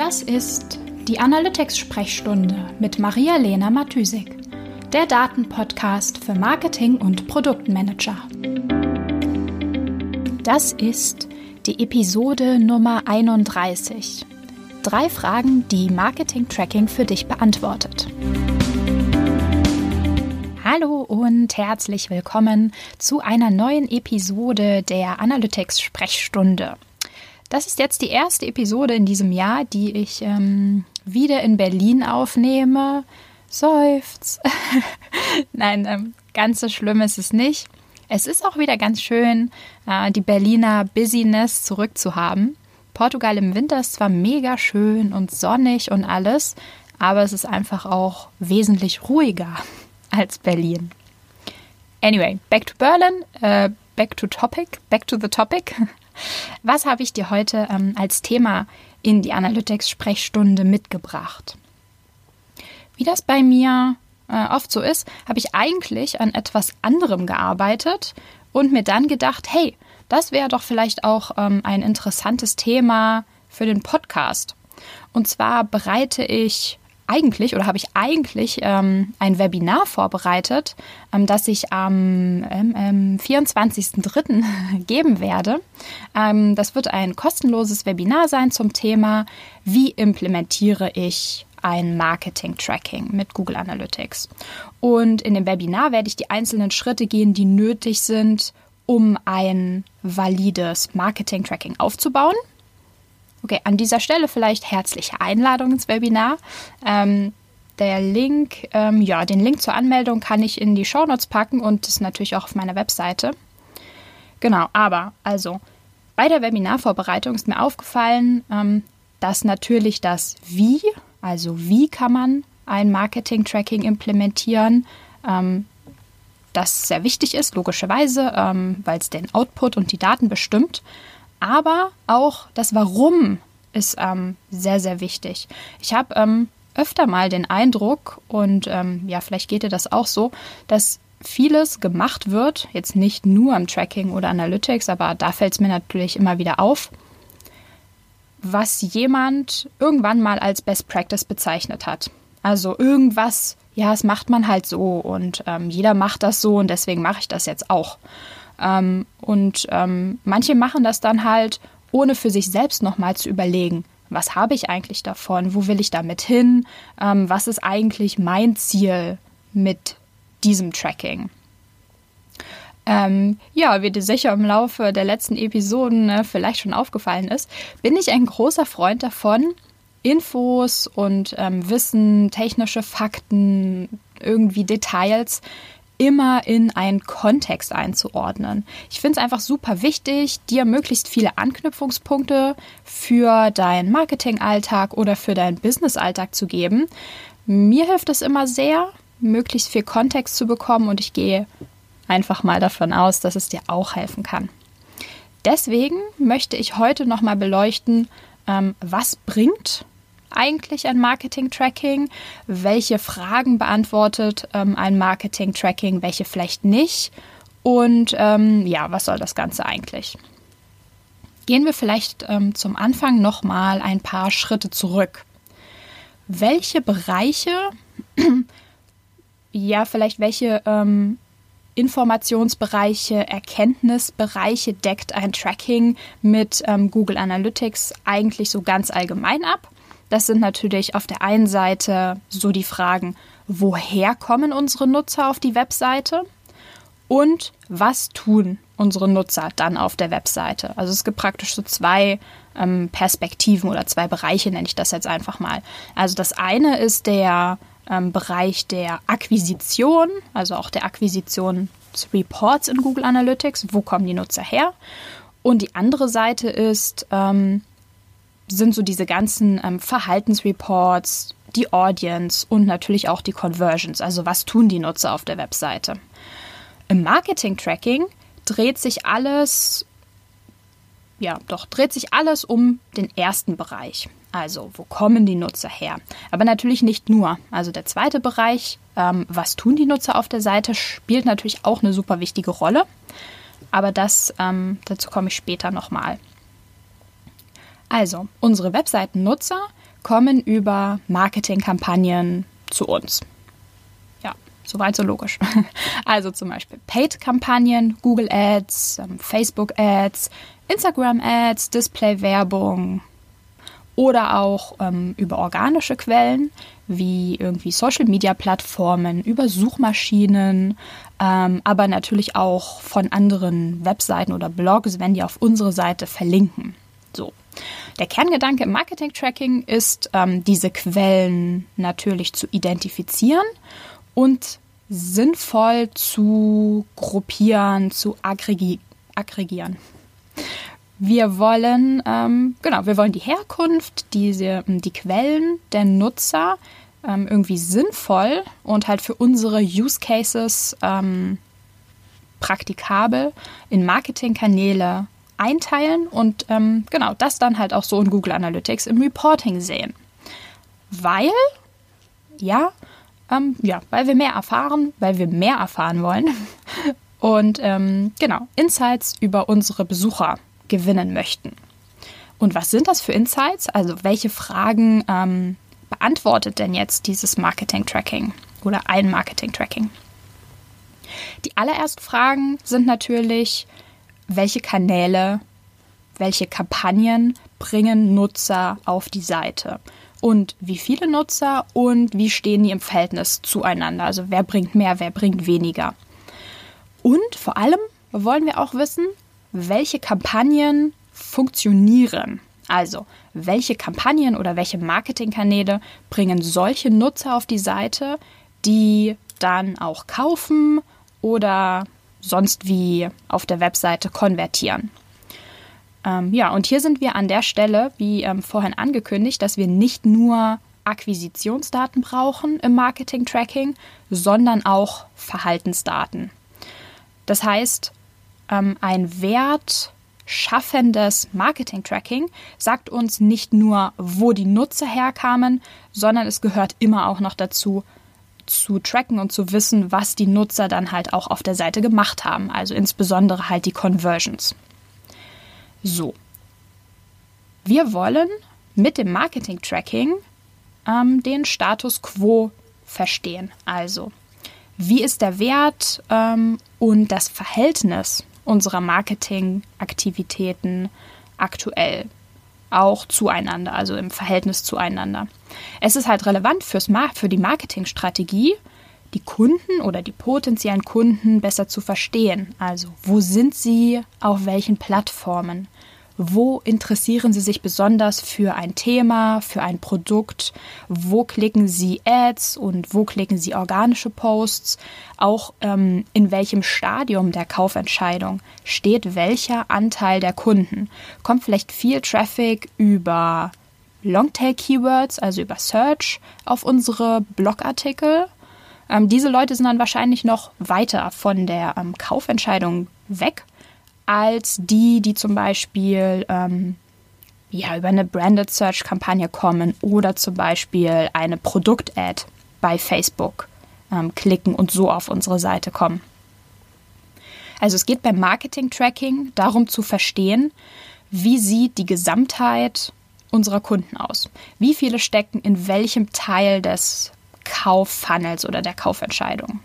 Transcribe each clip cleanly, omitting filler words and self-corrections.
Das ist die Analytics-Sprechstunde mit Maria-Lena Matysik, der Datenpodcast für Marketing- und Produktmanager. Das ist die Episode Nummer 31. 3 Fragen, die Marketing-Tracking für dich beantwortet. Hallo und herzlich willkommen zu einer neuen Episode der Analytics-Sprechstunde. Das ist jetzt die erste Episode in diesem Jahr, die ich wieder in Berlin aufnehme. Seufz. Nein, ganz so schlimm ist es nicht. Es ist auch wieder ganz schön, die Berliner Busyness zurückzuhaben. Portugal im Winter ist zwar mega schön und sonnig und alles, aber es ist einfach auch wesentlich ruhiger als Berlin. Anyway, back to Berlin, back to the topic. Was habe ich dir heute als Thema in die Analytics-Sprechstunde mitgebracht? Wie das bei mir oft so ist, habe ich eigentlich an etwas anderem gearbeitet und mir dann gedacht, hey, das wäre doch vielleicht auch ein interessantes Thema für den Podcast. Und zwar habe ich eigentlich ein Webinar vorbereitet, das ich am 24.03. geben werde. Das wird ein kostenloses Webinar sein zum Thema, wie implementiere ich ein Marketing-Tracking mit Google Analytics. Und in dem Webinar werde ich die einzelnen Schritte gehen, die nötig sind, um ein valides Marketing-Tracking aufzubauen. Okay, an dieser Stelle vielleicht herzliche Einladung ins Webinar. Den Link zur Anmeldung kann ich in die Shownotes packen und das natürlich auch auf meiner Webseite. Genau, aber also bei der Webinarvorbereitung ist mir aufgefallen, dass natürlich das Wie, also wie kann man ein Marketing-Tracking implementieren, das sehr wichtig ist, logischerweise, weil es den Output und die Daten bestimmt. Aber auch das Warum ist sehr, sehr wichtig. Ich habe öfter mal den Eindruck, und vielleicht geht dir das auch so, dass vieles gemacht wird, jetzt nicht nur im Tracking oder Analytics, aber da fällt es mir natürlich immer wieder auf, was jemand irgendwann mal als Best Practice bezeichnet hat. Also irgendwas, ja, das macht man halt so und jeder macht das so und deswegen mache ich das jetzt auch. Manche machen das dann halt, ohne für sich selbst nochmal zu überlegen, was habe ich eigentlich davon, wo will ich damit hin, was ist eigentlich mein Ziel mit diesem Tracking. Wie dir sicher im Laufe der letzten Episoden vielleicht schon aufgefallen ist, bin ich ein großer Freund davon, Infos und Wissen, technische Fakten, irgendwie Details immer in einen Kontext einzuordnen. Ich finde es einfach super wichtig, dir möglichst viele Anknüpfungspunkte für deinen Marketingalltag oder für deinen Businessalltag zu geben. Mir hilft es immer sehr, möglichst viel Kontext zu bekommen und ich gehe einfach mal davon aus, dass es dir auch helfen kann. Deswegen möchte ich heute nochmal beleuchten, was bringt eigentlich ein Marketing-Tracking? Welche Fragen beantwortet ein Marketing-Tracking, welche vielleicht nicht? Und was soll das Ganze eigentlich? Gehen wir vielleicht zum Anfang nochmal ein paar Schritte zurück. Welche Bereiche, welche Informationsbereiche, Erkenntnisbereiche deckt ein Tracking mit Google Analytics eigentlich so ganz allgemein ab? Das sind natürlich auf der einen Seite so die Fragen, woher kommen unsere Nutzer auf die Webseite und was tun unsere Nutzer dann auf der Webseite. Also es gibt praktisch so 2 Perspektiven oder 2 Bereiche, nenne ich das jetzt einfach mal. Also das eine ist der Bereich der Akquisition, also auch der Akquisitionsreports in Google Analytics. Wo kommen die Nutzer her? Und die andere Seite sind so diese ganzen Verhaltensreports, die Audience und natürlich auch die Conversions. Also was tun die Nutzer auf der Webseite? Im Marketing-Tracking dreht sich alles um den ersten Bereich. Also, wo kommen die Nutzer her? Aber natürlich nicht nur. Also der zweite Bereich, was tun die Nutzer auf der Seite, spielt natürlich auch eine super wichtige Rolle. Aber dazu komme ich später nochmal. Also, unsere Webseitennutzer kommen über Marketingkampagnen zu uns. Ja, soweit so logisch. Also zum Beispiel Paid-Kampagnen, Google Ads, Facebook Ads, Instagram Ads, Display-Werbung oder auch über organische Quellen wie irgendwie Social-Media-Plattformen, über Suchmaschinen, aber natürlich auch von anderen Webseiten oder Blogs, wenn die auf unsere Seite verlinken. So. Der Kerngedanke im Marketing-Tracking ist, diese Quellen natürlich zu identifizieren und sinnvoll zu gruppieren, zu aggregieren. Wir wollen, wir wollen die Herkunft, die Quellen der Nutzer irgendwie sinnvoll und halt für unsere Use Cases praktikabel in Marketingkanäle einteilen und das dann halt auch so in Google Analytics im Reporting sehen. Weil wir mehr erfahren wollen und Insights über unsere Besucher gewinnen möchten. Und was sind das für Insights? Also welche Fragen beantwortet denn jetzt dieses Marketing-Tracking oder ein Marketing-Tracking? Die allerersten Fragen sind natürlich, welche Kanäle, welche Kampagnen bringen Nutzer auf die Seite? Und wie viele Nutzer und wie stehen die im Verhältnis zueinander? Also wer bringt mehr, wer bringt weniger? Und vor allem wollen wir auch wissen, welche Kampagnen funktionieren. Also, welche Kampagnen oder welche Marketingkanäle bringen solche Nutzer auf die Seite, die dann auch kaufen oder sonst wie auf der Webseite konvertieren. Und hier sind wir an der Stelle, wie vorhin angekündigt, dass wir nicht nur Akquisitionsdaten brauchen im Marketing-Tracking, sondern auch Verhaltensdaten. Das heißt, ein wertschaffendes Marketing-Tracking sagt uns nicht nur, wo die Nutzer herkamen, sondern es gehört immer auch noch dazu, zu tracken und zu wissen, was die Nutzer dann halt auch auf der Seite gemacht haben. Also insbesondere halt die Conversions. So. Wir wollen mit dem Marketing-Tracking den Status quo verstehen. Also, wie ist der Wert und das Verhältnis unserer Marketingaktivitäten aktuell auch zueinander, also im Verhältnis zueinander. Es ist halt relevant für die Marketingstrategie, die Kunden oder die potenziellen Kunden besser zu verstehen. Also, wo sind sie, auf welchen Plattformen? Wo interessieren Sie sich besonders für ein Thema, für ein Produkt? Wo klicken Sie Ads und wo klicken Sie organische Posts? Auch in welchem Stadium der Kaufentscheidung steht welcher Anteil der Kunden? Kommt vielleicht viel Traffic über Longtail-Keywords, also über Search, auf unsere Blogartikel? Diese Leute sind dann wahrscheinlich noch weiter von der Kaufentscheidung weg, als die zum Beispiel über eine Branded Search-Kampagne kommen oder zum Beispiel eine Produkt-Ad bei Facebook klicken und so auf unsere Seite kommen. Also es geht beim Marketing-Tracking darum zu verstehen, wie sieht die Gesamtheit unserer Kunden aus? Wie viele stecken in welchem Teil des Kauffunnels oder der Kaufentscheidung?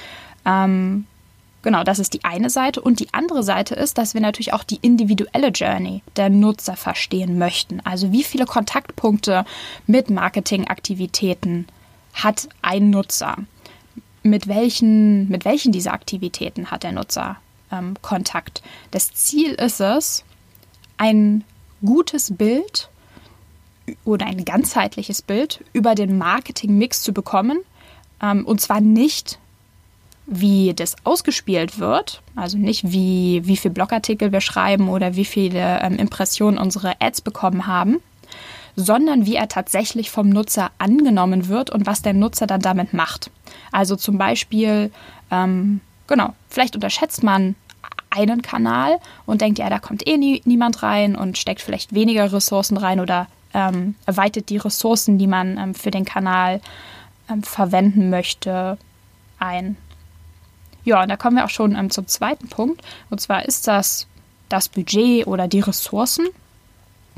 Das ist die eine Seite. Und die andere Seite ist, dass wir natürlich auch die individuelle Journey der Nutzer verstehen möchten. Also wie viele Kontaktpunkte mit Marketingaktivitäten hat ein Nutzer? Mit welchen dieser Aktivitäten hat der Nutzer Kontakt? Das Ziel ist es, ein gutes Bild oder ein ganzheitliches Bild über den Marketingmix zu bekommen. Und zwar nicht, wie das ausgespielt wird, also nicht wie viele Blogartikel wir schreiben oder wie viele Impressionen unsere Ads bekommen haben, sondern wie er tatsächlich vom Nutzer angenommen wird und was der Nutzer dann damit macht. Also zum Beispiel, vielleicht unterschätzt man einen Kanal und denkt, ja, da kommt niemand rein und steckt vielleicht weniger Ressourcen rein oder erweitert die Ressourcen, die man für den Kanal verwenden möchte, ein. Ja, und da kommen wir auch schon zum zweiten Punkt. Und zwar ist das Budget oder die Ressourcen.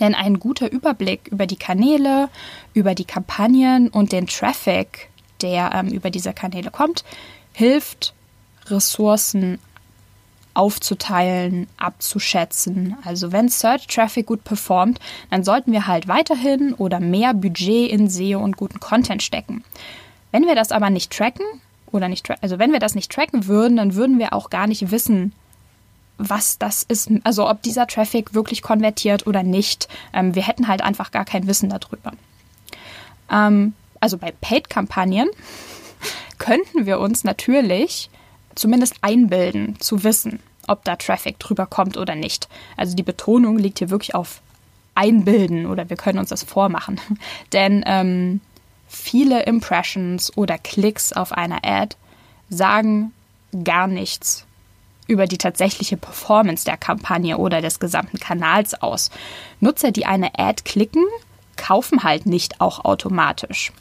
Denn ein guter Überblick über die Kanäle, über die Kampagnen und den Traffic, der über diese Kanäle kommt, hilft, Ressourcen aufzuteilen, abzuschätzen. Also wenn Search Traffic gut performt, dann sollten wir halt weiterhin oder mehr Budget in SEO und guten Content stecken. Wenn wir das aber nicht tracken wenn wir das nicht tracken würden, dann würden wir auch gar nicht wissen, was das ist, also ob dieser Traffic wirklich konvertiert oder nicht. Wir hätten halt einfach gar kein Wissen darüber. Also bei Paid-Kampagnen könnten wir uns natürlich zumindest einbilden, zu wissen, ob da Traffic drüber kommt oder nicht. Also die Betonung liegt hier wirklich auf einbilden oder wir können uns das vormachen. Denn viele Impressions oder Klicks auf einer Ad sagen gar nichts über die tatsächliche Performance der Kampagne oder des gesamten Kanals aus. Nutzer, die eine Ad klicken, kaufen halt nicht auch automatisch.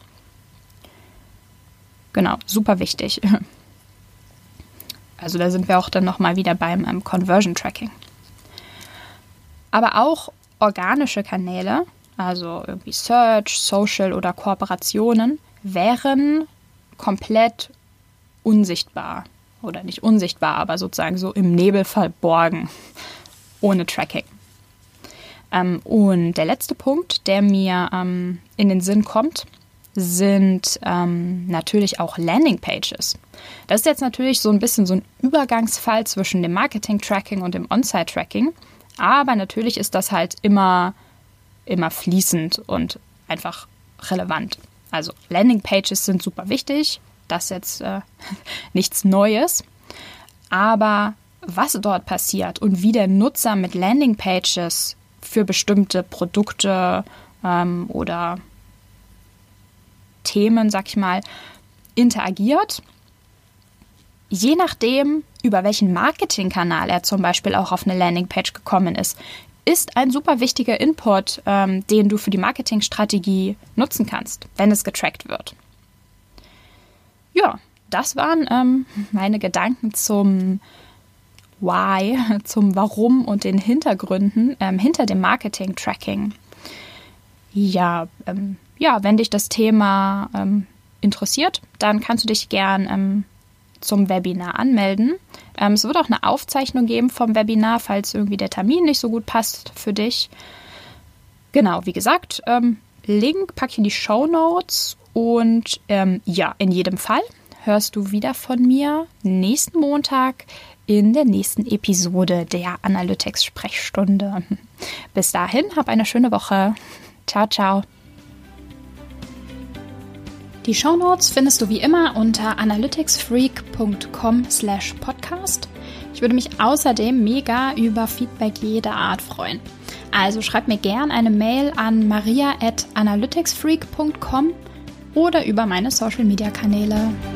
Genau, super wichtig. Also da sind wir auch dann nochmal wieder beim Conversion Tracking. Aber auch organische Kanäle, also irgendwie Search, Social oder Kooperationen, wären komplett unsichtbar. Oder nicht unsichtbar, aber sozusagen so im Nebel verborgen, ohne Tracking. Und der letzte Punkt, der mir in den Sinn kommt, sind natürlich auch Landingpages. Das ist jetzt natürlich so ein bisschen so ein Übergangsfall zwischen dem Marketing-Tracking und dem On-Site-Tracking, aber natürlich ist das halt immer fließend und einfach relevant. Also Landingpages sind super wichtig, das ist jetzt nichts Neues, aber was dort passiert und wie der Nutzer mit Landingpages für bestimmte Produkte oder Themen, sag ich mal, interagiert, je nachdem, über welchen Marketingkanal er zum Beispiel auch auf eine Landingpage gekommen ist ein super wichtiger Input, den du für die Marketingstrategie nutzen kannst, wenn es getrackt wird. Ja, das waren meine Gedanken zum Why, zum Warum und den Hintergründen hinter dem Marketing-Tracking. Ja, wenn dich das Thema interessiert, dann kannst du dich gern zum Webinar anmelden. Es wird auch eine Aufzeichnung geben vom Webinar, falls irgendwie der Termin nicht so gut passt für dich. Genau, wie gesagt, Link packe ich in die Shownotes und in jedem Fall hörst du wieder von mir nächsten Montag in der nächsten Episode der Analytics-Sprechstunde. Bis dahin, hab eine schöne Woche. Ciao, ciao. Die Shownotes findest du wie immer unter analyticsfreak.com/podcast. Ich würde mich außerdem mega über Feedback jeder Art freuen. Also schreib mir gern eine Mail an maria@analyticsfreak.com oder über meine Social-Media-Kanäle.